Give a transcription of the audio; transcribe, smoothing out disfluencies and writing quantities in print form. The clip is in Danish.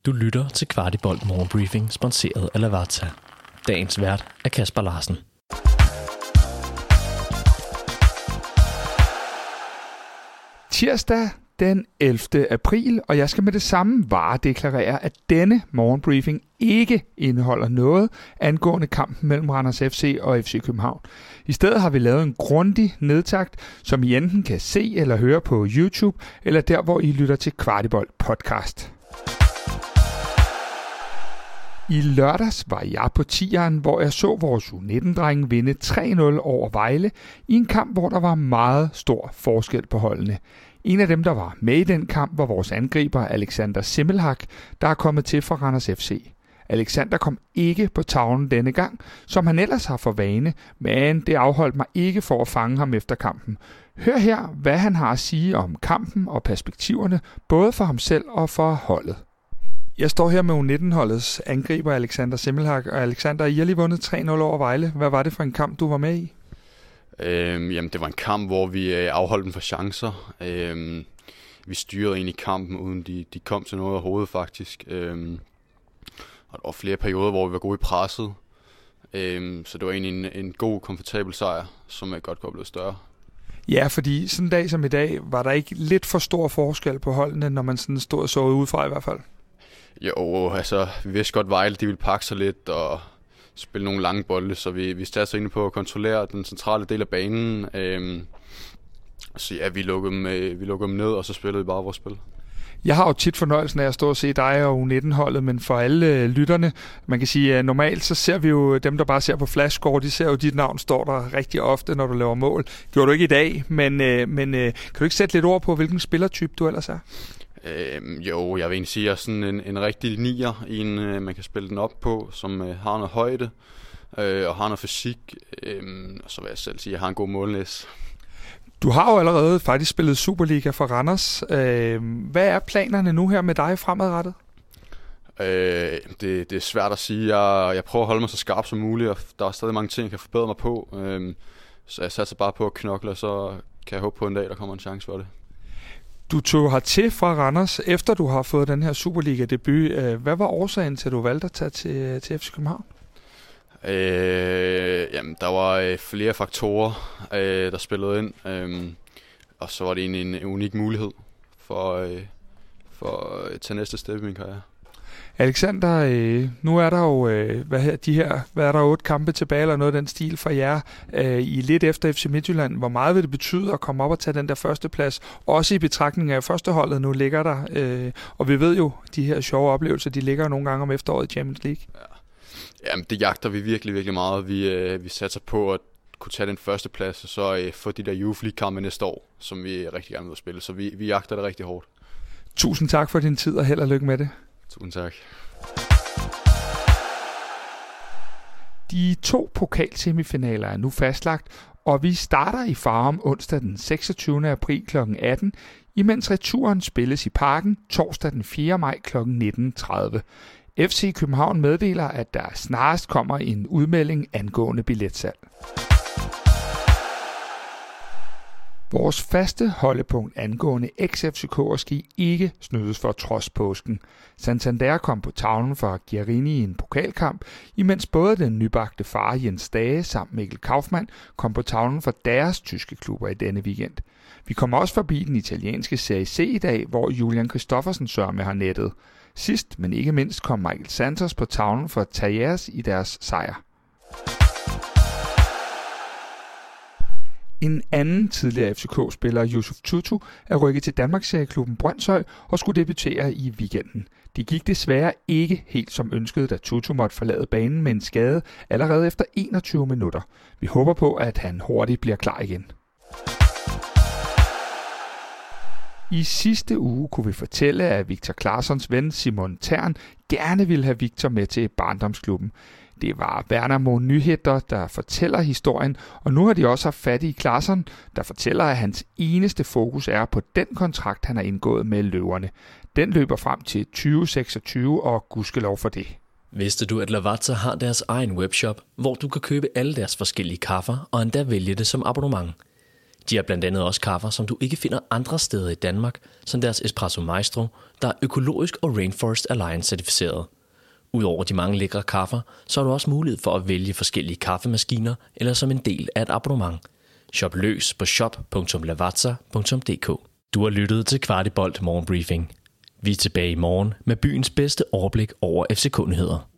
Du lytter til Kvartibolt Morgenbriefing, sponsoreret af Lavazza. Dagens vært er Kasper Larsen. Tirsdag den 11. april, og jeg skal med det samme varedeklarere, at denne morgenbriefing ikke indeholder noget angående kampen mellem Randers FC og FC København. I stedet har vi lavet en grundig nedtakt, som I enten kan se eller høre på YouTube, eller der, hvor I lytter til Kvartibolt podcast. I lørdags var jeg på tieren, hvor jeg så vores U19-drenge vinde 3-0 over Vejle i en kamp, hvor der var meget stor forskel på holdene. En af dem, der var med i den kamp, var vores angriber Alexander Simmelhak, der er kommet til fra Randers FC. Alexander kom ikke på tavlen denne gang, som han ellers har for vane, men det afholdt mig ikke for at fange ham efter kampen. Hør her, hvad han har at sige om kampen og perspektiverne, både for ham selv og for holdet. Jeg står her med U19-holdets angriber Alexander Simmelhak, og Alexander, I har lige vundet 3-0 over Vejle. Hvad var det for en kamp, du var med i? Jamen, det var en kamp, hvor vi afholdt dem for chancer. Vi styrede egentlig kampen, uden de kom til noget af hovedet faktisk. Og der var flere perioder, hvor vi var gode i presset. Så det var egentlig en god, komfortabel sejr, som godt kunne blive større. Ja, fordi sådan en dag som i dag, var der ikke lidt for stor forskel på holdene, når man sådan stod og så udefra i hvert fald? Jo, altså, vi vidste godt, at Vejle de ville pakke sig lidt og spille nogle lange bolde, så vi satte inde på at kontrollere den centrale del af banen. Så ja, vi lukkede dem ned, og så spillede vi bare vores spil. Jeg har jo tit fornøjelsen af at stå og se dig og U19-holdet, men for alle lytterne, man kan sige, at normalt så ser vi jo dem, der bare ser på flashscore, de ser jo, dit navn står der rigtig ofte, når du laver mål. Det gjorde du ikke i dag, men kan du ikke sætte lidt ord på, hvilken spillertype du ellers er? Jo, jeg vil egentlig sige, at jeg er sådan en rigtig nier, man kan spille den op på, som har noget højde og har noget fysik, og så vil jeg selv sige, at jeg har en god målnæs. Du har jo allerede faktisk spillet Superliga for Randers. Hvad er planerne nu her med dig fremadrettet? Det er svært at sige. Jeg prøver at holde mig så skarp som muligt, og der er stadig mange ting, jeg kan forbedre mig på. Så jeg satser bare på at knokle, og så kan jeg håbe på en dag, der kommer en chance for det. Du tog hertil fra Randers, efter du har fået den her Superliga-debut. Hvad var årsagen til, at du valgte at tage til FC København? Jamen, der var flere faktorer, der spillede ind, og så var det egentlig en unik mulighed for at tage næste step i min karriere. Alexander, nu er der jo hvad er der 8 kampe tilbage eller noget af den stil for jer i lidt efter FC Midtjylland. Hvor meget vil det betyde at komme op og tage den der førsteplads? Også i betragtning af førsteholdet nu ligger der, og vi ved jo, de her sjove oplevelser, de ligger nogle gange om efteråret i Champions League. Ja. Jamen, det jagter vi virkelig, virkelig meget. Vi satser på at kunne tage den første plads, og så få de der Youth League-kampe næste år, som vi rigtig gerne vil spille. Så vi jagter det rigtig hårdt. Tusind tak for din tid, og held og lykke med det. Tusind tak. De 2 pokalsemifinaler er nu fastlagt, og vi starter i Farum onsdag den 26. april kl. 18, imens returen spilles i Parken torsdag den 4. maj kl. 19.30. FC København meddeler, at der snarest kommer en udmelding angående billetsalg. Vores faste holdepunkt angående ex-FCK'er skal ikke snydes for trods påsken. Santander kom på tavlen for Guarini i en pokalkamp, imens både den nybagte far Jens Dage samt Mikkel Kaufmann kom på tavlen for deres tyske klubber i denne weekend. Vi kommer også forbi den italienske Serie C i dag, hvor Julian Kristoffersen sørme har nettet. Sidst, men ikke mindst, kom Michael Santos på tavlen for Talleres i deres sejr. En anden tidligere FCK-spiller, Yusuf Tutu, er rykket til Danmarksserieklubben Brøndshøj og skulle debutere i weekenden. Det gik desværre ikke helt som ønsket, da Tutu måtte forlade banen med en skade allerede efter 21 minutter. Vi håber på, at han hurtigt bliver klar igen. I sidste uge kunne vi fortælle, at Victor Claessons ven Simon Tern gerne ville have Victor med til barndomsklubben. Det var Werner Mo Nyheder, der fortæller historien, og nu har de også haft fat i Claesson, der fortæller, at hans eneste fokus er på den kontrakt, han har indgået med Løverne. Den løber frem til 2026, og gudskelov for det. Vidste du, at Lavazza har deres egen webshop, hvor du kan købe alle deres forskellige kaffer og endda vælge det som abonnement? De har blandt andet også kaffer, som du ikke finder andre steder i Danmark, som deres Espresso Maestro, der er økologisk og Rainforest Alliance certificeret. Udover de mange lækre kaffer, så har du også mulighed for at vælge forskellige kaffemaskiner eller som en del af et abonnement. Shop løs på shop.lavazza.dk. Du har lyttet til Kvartibolt Morgenbriefing. Vi er tilbage i morgen med byens bedste overblik over FCK-nyheder.